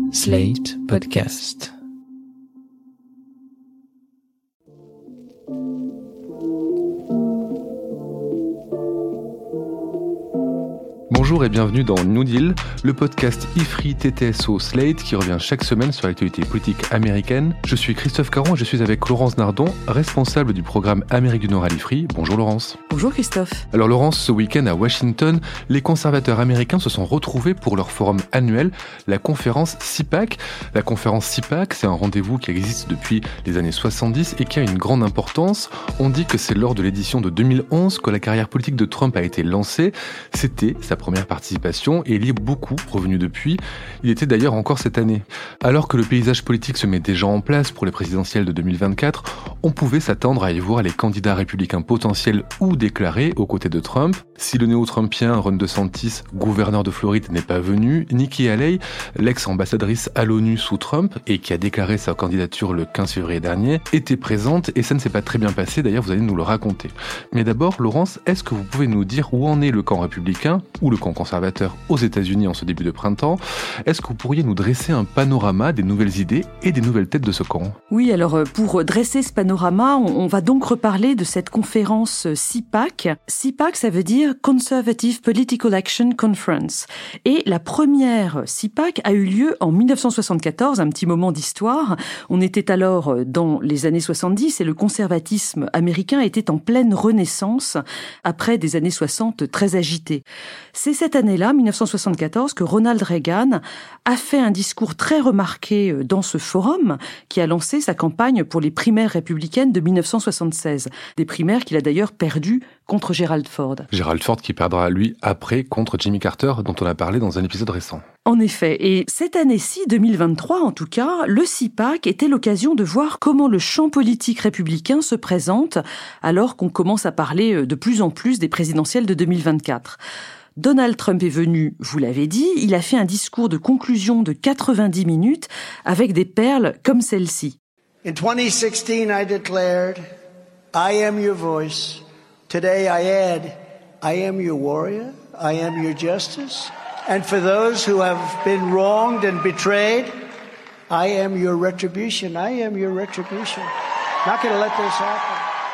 Slate Podcast. Bonjour et bienvenue dans New Deal, le podcast IFRI TTSO Slate qui revient chaque semaine sur l'actualité politique américaine. Je suis Christophe Caron et je suis avec Laurence Nardon, responsable du programme Amérique du Nord à l'IFRI. Bonjour Laurence. Bonjour Christophe. Alors Laurence, ce week-end à Washington, les conservateurs américains se sont retrouvés pour leur forum annuel, la conférence CPAC. La conférence CPAC, c'est un rendez-vous qui existe depuis les années 70 et qui a une grande importance. On dit que c'est lors de l'édition de 2011 que la carrière politique de Trump a été lancée. C'était sa première participation et il y est beaucoup revenu depuis. Il était d'ailleurs encore cette année. Alors que le paysage politique se met déjà en place pour les présidentielles de 2024, on pouvait s'attendre à y voir les candidats républicains potentiels ou déclarés aux côtés de Trump. Si le néo-trumpien Ron DeSantis, gouverneur de Floride, n'est pas venu, Nikki Haley, l'ex-ambassadrice à l'ONU sous Trump et qui a déclaré sa candidature le 15 février dernier, était présente et ça ne s'est pas très bien passé, d'ailleurs vous allez nous le raconter. Mais d'abord, Laurence, est-ce que vous pouvez nous dire où en est le camp républicain ou le camp conservateur aux États-Unis en ce début de printemps? Est-ce que vous pourriez nous dresser un panorama des nouvelles idées et des nouvelles têtes de ce camp? Oui, alors pour dresser ce panorama, on va donc reparler de cette conférence CPAC. CPAC, ça veut dire Conservative Political Action Conference. Et la première CPAC a eu lieu en 1974, un petit moment d'histoire. On était alors dans les années 70 et le conservatisme américain était en pleine renaissance après des années 60 très agitées. C'est cette année-là, 1974, que Ronald Reagan a fait un discours très remarqué dans ce forum qui a lancé sa campagne pour les primaires républicaines de 1976. Des primaires qu'il a d'ailleurs perdues contre Gerald Ford. Gerald Ford qui perdra, lui, après contre Jimmy Carter, dont on a parlé dans un épisode récent. En effet, et cette année-ci, 2023 en tout cas, le CPAC était l'occasion de voir comment le champ politique républicain se présente alors qu'on commence à parler de plus en plus des présidentielles de 2024. Donald Trump est venu, vous l'avez dit, il a fait un discours de conclusion de 90 minutes avec des perles comme celle-ci. In 2016, I declared, I am your voice. Today I add, I am your warrior, I am your justice. And for those who have been wronged and betrayed, I am your retribution, I am your retribution. Not going to let this happen.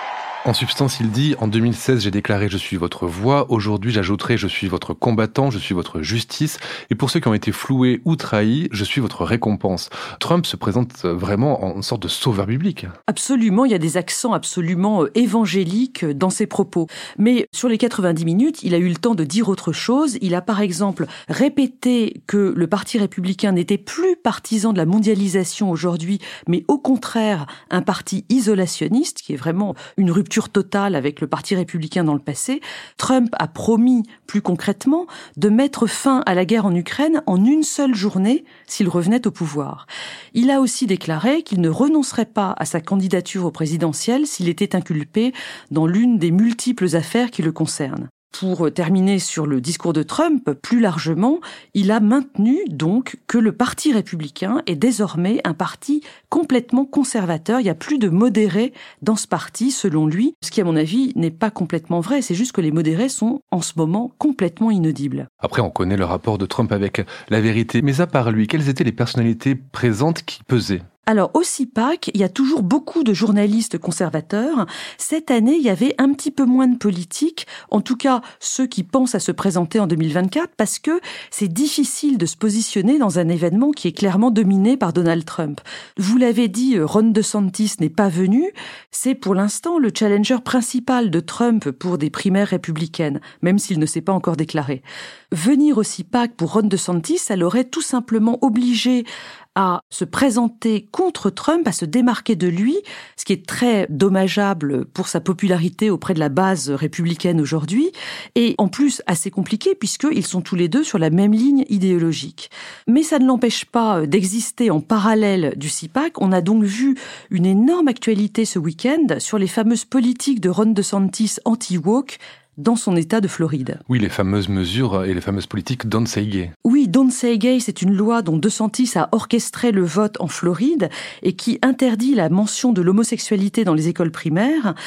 En substance, il dit « En 2016, j'ai déclaré « Je suis votre voix ». Aujourd'hui, j'ajouterai « Je suis votre combattant, je suis votre justice ». Et pour ceux qui ont été floués ou trahis, je suis votre récompense. Trump se présente vraiment en sorte de sauveur biblique. Absolument, il y a des accents absolument évangéliques dans ses propos. Mais sur les 90 minutes, il a eu le temps de dire autre chose. Il a par exemple répété que le Parti républicain n'était plus partisan de la mondialisation aujourd'hui, mais au contraire un parti isolationniste, qui est vraiment une rupture totale avec le Parti républicain dans le passé. Trump a promis, plus concrètement, de mettre fin à la guerre en Ukraine en une seule journée s'il revenait au pouvoir. Il a aussi déclaré qu'il ne renoncerait pas à sa candidature au présidentiel s'il était inculpé dans l'une des multiples affaires qui le concernent. Pour terminer sur le discours de Trump, plus largement, il a maintenu donc que le Parti républicain est désormais un parti complètement conservateur. Il n'y a plus de modérés dans ce parti, selon lui. Ce qui, à mon avis, n'est pas complètement vrai. C'est juste que les modérés sont, en ce moment, complètement inaudibles. Après, on connaît le rapport de Trump avec la vérité. Mais à part lui, quelles étaient les personnalités présentes qui pesaient ? Alors, au CPAC, il y a toujours beaucoup de journalistes conservateurs. Cette année, il y avait un petit peu moins de politiques, en tout cas ceux qui pensent à se présenter en 2024, parce que c'est difficile de se positionner dans un événement qui est clairement dominé par Donald Trump. Vous l'avez dit, Ron DeSantis n'est pas venu. C'est pour l'instant le challenger principal de Trump pour des primaires républicaines, même s'il ne s'est pas encore déclaré. Venir au CPAC pour Ron DeSantis, ça l'aurait tout simplement obligé à se présenter contre Trump, à se démarquer de lui, ce qui est très dommageable pour sa popularité auprès de la base républicaine aujourd'hui, et en plus assez compliqué puisqu'ils sont tous les deux sur la même ligne idéologique. Mais ça ne l'empêche pas d'exister en parallèle du CPAC. On a donc vu une énorme actualité ce week-end sur les fameuses politiques de Ron DeSantis anti-woke dans son État de Floride. Oui, les fameuses mesures et les fameuses politiques Don't Say Gay. Oui, Don't Say Gay, c'est une loi dont DeSantis a orchestré le vote en Floride et qui interdit la mention de l'homosexualité dans les écoles primaires.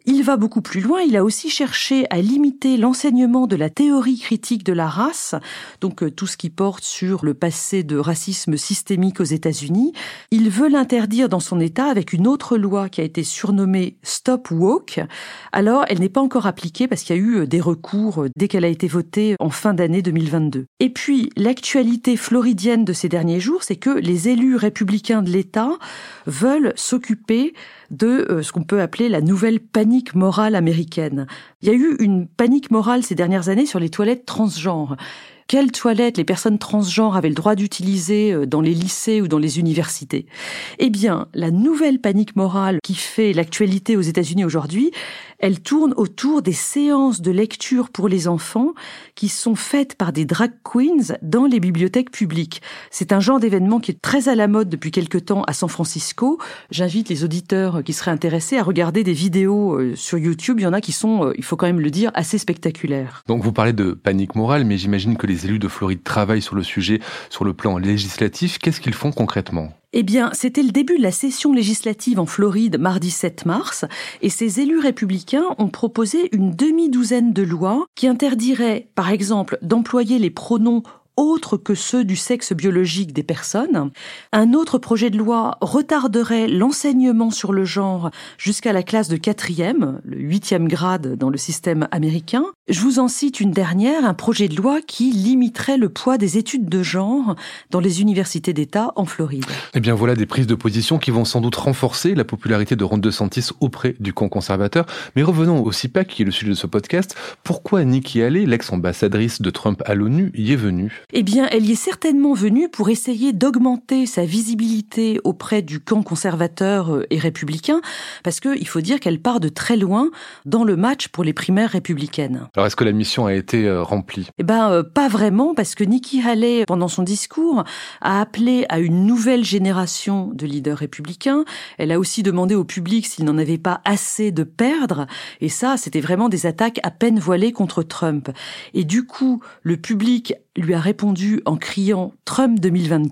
Il va beaucoup plus loin, il a aussi cherché à limiter l'enseignement de la théorie critique de la race, donc tout ce qui porte sur le passé de racisme systémique aux États-Unis. Il veut l'interdire dans son État avec une autre loi qui a été surnommée Stop Woke. Alors, elle n'est pas encore appliquée parce qu'il y a eu des recours dès qu'elle a été votée en fin d'année 2022. Et puis, l'actualité floridienne de ces derniers jours, c'est que les élus républicains de l'État veulent s'occuper de ce qu'on peut appeler la nouvelle panique morale américaine. Il y a eu une panique morale ces dernières années sur les toilettes transgenres. Quelles toilettes les personnes transgenres avaient le droit d'utiliser dans les lycées ou dans les universités? Eh bien, la nouvelle panique morale qui fait l'actualité aux États-Unis aujourd'hui, elle tourne autour des séances de lecture pour les enfants qui sont faites par des drag queens dans les bibliothèques publiques. C'est un genre d'événement qui est très à la mode depuis quelque temps à San Francisco. J'invite les auditeurs qui seraient intéressés à regarder des vidéos sur YouTube. Il y en a qui sont, il faut quand même le dire, assez spectaculaires. Donc vous parlez de panique morale, mais j'imagine que les élus de Floride travaillent sur le sujet sur le plan législatif. Qu'est-ce qu'ils font concrètement ? Eh bien, c'était le début de la session législative en Floride, mardi 7 mars, et ces élus républicains ont proposé une demi-douzaine de lois qui interdiraient, par exemple, d'employer les pronoms autres que ceux du sexe biologique des personnes. Un autre projet de loi retarderait l'enseignement sur le genre jusqu'à la classe de 4e, le 8e grade dans le système américain. Je vous en cite une dernière, un projet de loi qui limiterait le poids des études de genre dans les universités d'État en Floride. Eh bien voilà des prises de position qui vont sans doute renforcer la popularité de Ron DeSantis auprès du camp conservateur. Mais revenons au CPAC, qui est le sujet de ce podcast. Pourquoi Nikki Haley, l'ex-ambassadrice de Trump à l'ONU, y est venue ? Eh bien, elle y est certainement venue pour essayer d'augmenter sa visibilité auprès du camp conservateur et républicain, parce qu'il faut dire qu'elle part de très loin dans le match pour les primaires républicaines. Alors, est-ce que la mission a été remplie ? Eh ben, pas vraiment, parce que Nikki Haley, pendant son discours, a appelé à une nouvelle génération de leaders républicains. Elle a aussi demandé au public s'il n'en avait pas assez de perdre, et ça, c'était vraiment des attaques à peine voilées contre Trump. Et du coup, le public lui a répondu en criant « Trump 2024 »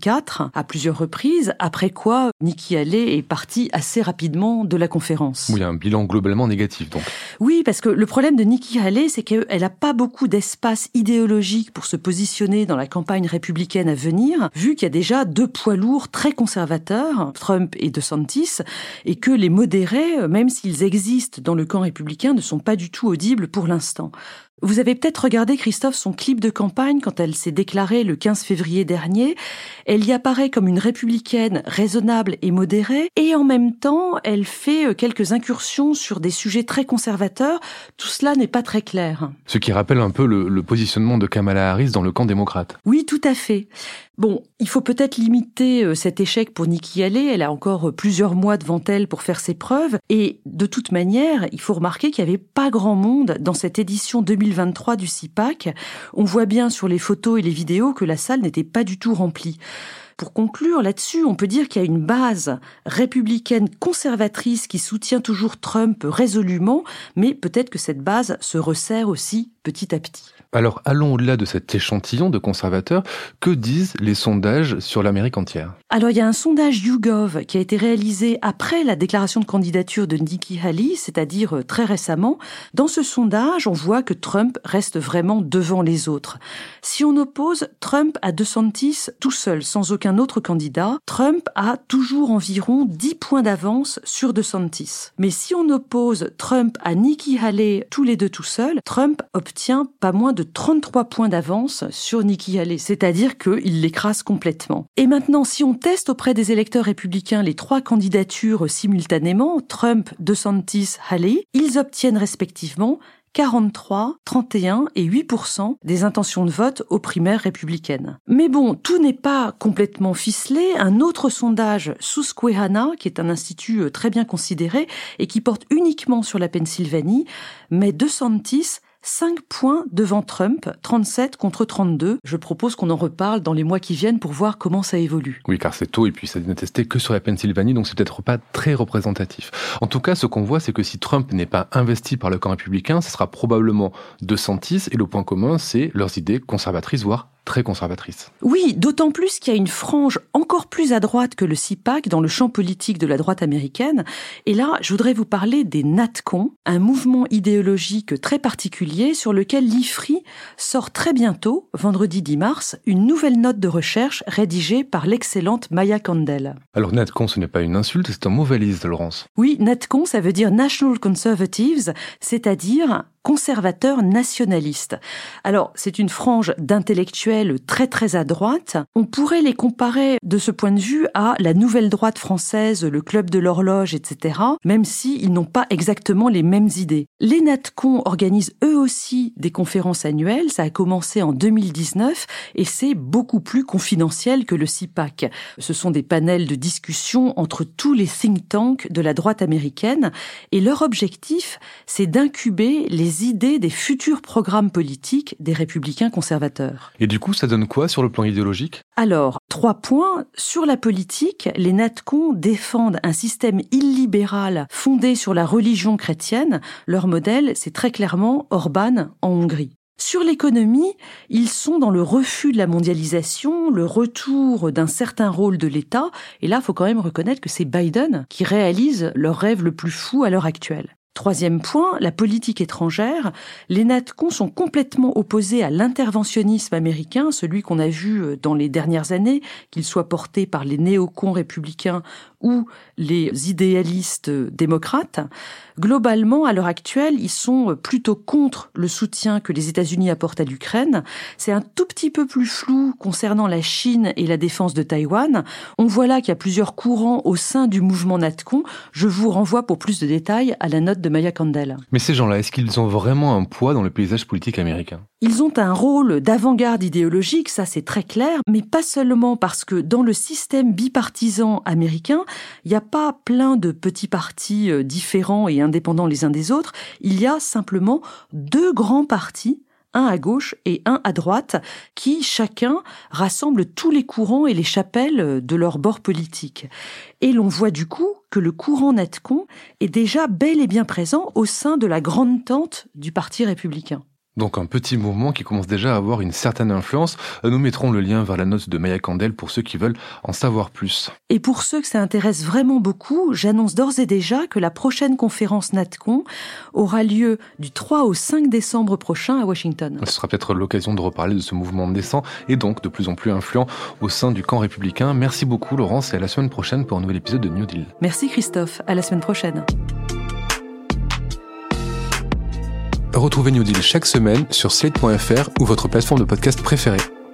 à plusieurs reprises, après quoi Nikki Haley est partie assez rapidement de la conférence. Oui, un bilan globalement négatif donc. Oui, parce que le problème de Nikki Haley, c'est qu'elle n'a pas beaucoup d'espace idéologique pour se positionner dans la campagne républicaine à venir, vu qu'il y a déjà deux poids lourds très conservateurs, Trump et DeSantis, et que les modérés, même s'ils existent dans le camp républicain, ne sont pas du tout audibles pour l'instant. Vous avez peut-être regardé, Christophe, son clip de campagne quand elle s'est déclarée le 15 février dernier. Elle y apparaît comme une républicaine raisonnable et modérée, et en même temps, elle fait quelques incursions sur des sujets très conservateurs. Tout cela n'est pas très clair. Ce qui rappelle un peu le positionnement de Kamala Harris dans le camp démocrate. Oui, tout à fait. Bon, il faut peut-être limiter cet échec pour Nikki Haley. Elle a encore plusieurs mois devant elle pour faire ses preuves. Et de toute manière, il faut remarquer qu'il n'y avait pas grand monde dans cette édition 2023 du CPAC. On voit bien sur les photos et les vidéos que la salle n'était pas du tout remplie. Pour conclure là-dessus, on peut dire qu'il y a une base républicaine conservatrice qui soutient toujours Trump résolument, mais peut-être que cette base se resserre aussi petit à petit. Alors, allons au-delà de cet échantillon de conservateurs. Que disent les sondages sur l'Amérique entière ? Alors, il y a un sondage YouGov qui a été réalisé après la déclaration de candidature de Nikki Haley, c'est-à-dire très récemment. Dans ce sondage, on voit que Trump reste vraiment devant les autres. Si on oppose Trump à DeSantis tout seul, sans aucun autre candidat, Trump a toujours environ 10 points d'avance sur DeSantis. Mais si on oppose Trump à Nikki Haley tous les deux tout seuls, Trump obtient pas moins de 33 points d'avance sur Nikki Haley, c'est-à-dire qu'il l'écrase complètement. Et maintenant, si on teste auprès des électeurs républicains les trois candidatures simultanément, Trump, DeSantis, Haley, ils obtiennent respectivement 43, 31 et 8% des intentions de vote aux primaires républicaines. Mais bon, tout n'est pas complètement ficelé. Un autre sondage, Susquehanna, qui est un institut très bien considéré et qui porte uniquement sur la Pennsylvanie, met DeSantis 5 points devant Trump, 37 contre 32. Je propose qu'on en reparle dans les mois qui viennent pour voir comment ça évolue. Oui, car c'est tôt et puis ça n'est testé que sur la Pennsylvanie, donc c'est peut-être pas très représentatif. En tout cas, ce qu'on voit, c'est que si Trump n'est pas investi par le camp républicain, ce sera probablement DeSantis, et le point commun, c'est leurs idées conservatrices, voire très conservatrice. Oui, d'autant plus qu'il y a une frange encore plus à droite que le CIPAC dans le champ politique de la droite américaine. Et là, je voudrais vous parler des NatCon, un mouvement idéologique très particulier sur lequel l'IFRI sort très bientôt, vendredi 10 mars, une nouvelle note de recherche rédigée par l'excellente Maya Candel. Alors NatCon, ce n'est pas une insulte, c'est un mot valise, Laurence. Oui, NatCon, ça veut dire National Conservatives, c'est-à-dire conservateurs nationalistes. Alors, c'est une frange d'intellectuels très très à droite. On pourrait les comparer de ce point de vue à la nouvelle droite française, le Club de l'Horloge, etc., même s'ils n'ont pas exactement les mêmes idées. Les NatCon organisent eux aussi des conférences annuelles, ça a commencé en 2019 et c'est beaucoup plus confidentiel que le CIPAC. Ce sont des panels de discussion entre tous les think tanks de la droite américaine et leur objectif, c'est d'incuber les idées des futurs programmes politiques des républicains conservateurs. Et du coup, ça donne quoi sur le plan idéologique ? Alors, 3 points. Sur la politique, les NatCon défendent un système illibéral fondé sur la religion chrétienne. Leur modèle, c'est très clairement Orban en Hongrie. Sur l'économie, ils sont dans le refus de la mondialisation, le retour d'un certain rôle de l'État. Et là, il faut quand même reconnaître que c'est Biden qui réalise leur rêve le plus fou à l'heure actuelle. 3e point, la politique étrangère. Les NatCon sont complètement opposés à l'interventionnisme américain, celui qu'on a vu dans les dernières années, qu'il soit porté par les néocons républicains ou les idéalistes démocrates. Globalement, à l'heure actuelle, ils sont plutôt contre le soutien que les États-Unis apportent à l'Ukraine. C'est un tout petit peu plus flou concernant la Chine et la défense de Taïwan. On voit là qu'il y a plusieurs courants au sein du mouvement NatCon. Je vous renvoie pour plus de détails à la note de Maya Candel. Mais ces gens-là, est-ce qu'ils ont vraiment un poids dans le paysage politique américain ? Ils ont un rôle d'avant-garde idéologique, ça c'est très clair, mais pas seulement parce que dans le système bipartisan américain, il n'y a pas plein de petits partis différents et indépendants les uns des autres, il y a simplement 2 grands partis, un à gauche et un à droite, qui chacun rassemble tous les courants et les chapelles de leur bord politique. Et l'on voit du coup que le courant NatCon est déjà bel et bien présent au sein de la grande tente du Parti républicain. Donc un petit mouvement qui commence déjà à avoir une certaine influence. Nous mettrons le lien vers la note de Maya Candel pour ceux qui veulent en savoir plus. Et pour ceux que ça intéresse vraiment beaucoup, j'annonce d'ores et déjà que la prochaine conférence NatCon aura lieu du 3 au 5 décembre prochain à Washington. Ce sera peut-être l'occasion de reparler de ce mouvement naissant et donc de plus en plus influent au sein du camp républicain. Merci beaucoup Laurence et à la semaine prochaine pour un nouvel épisode de New Deal. Merci Christophe, à la semaine prochaine. Retrouvez New Deal chaque semaine sur slate.fr ou votre plateforme de podcast préférée.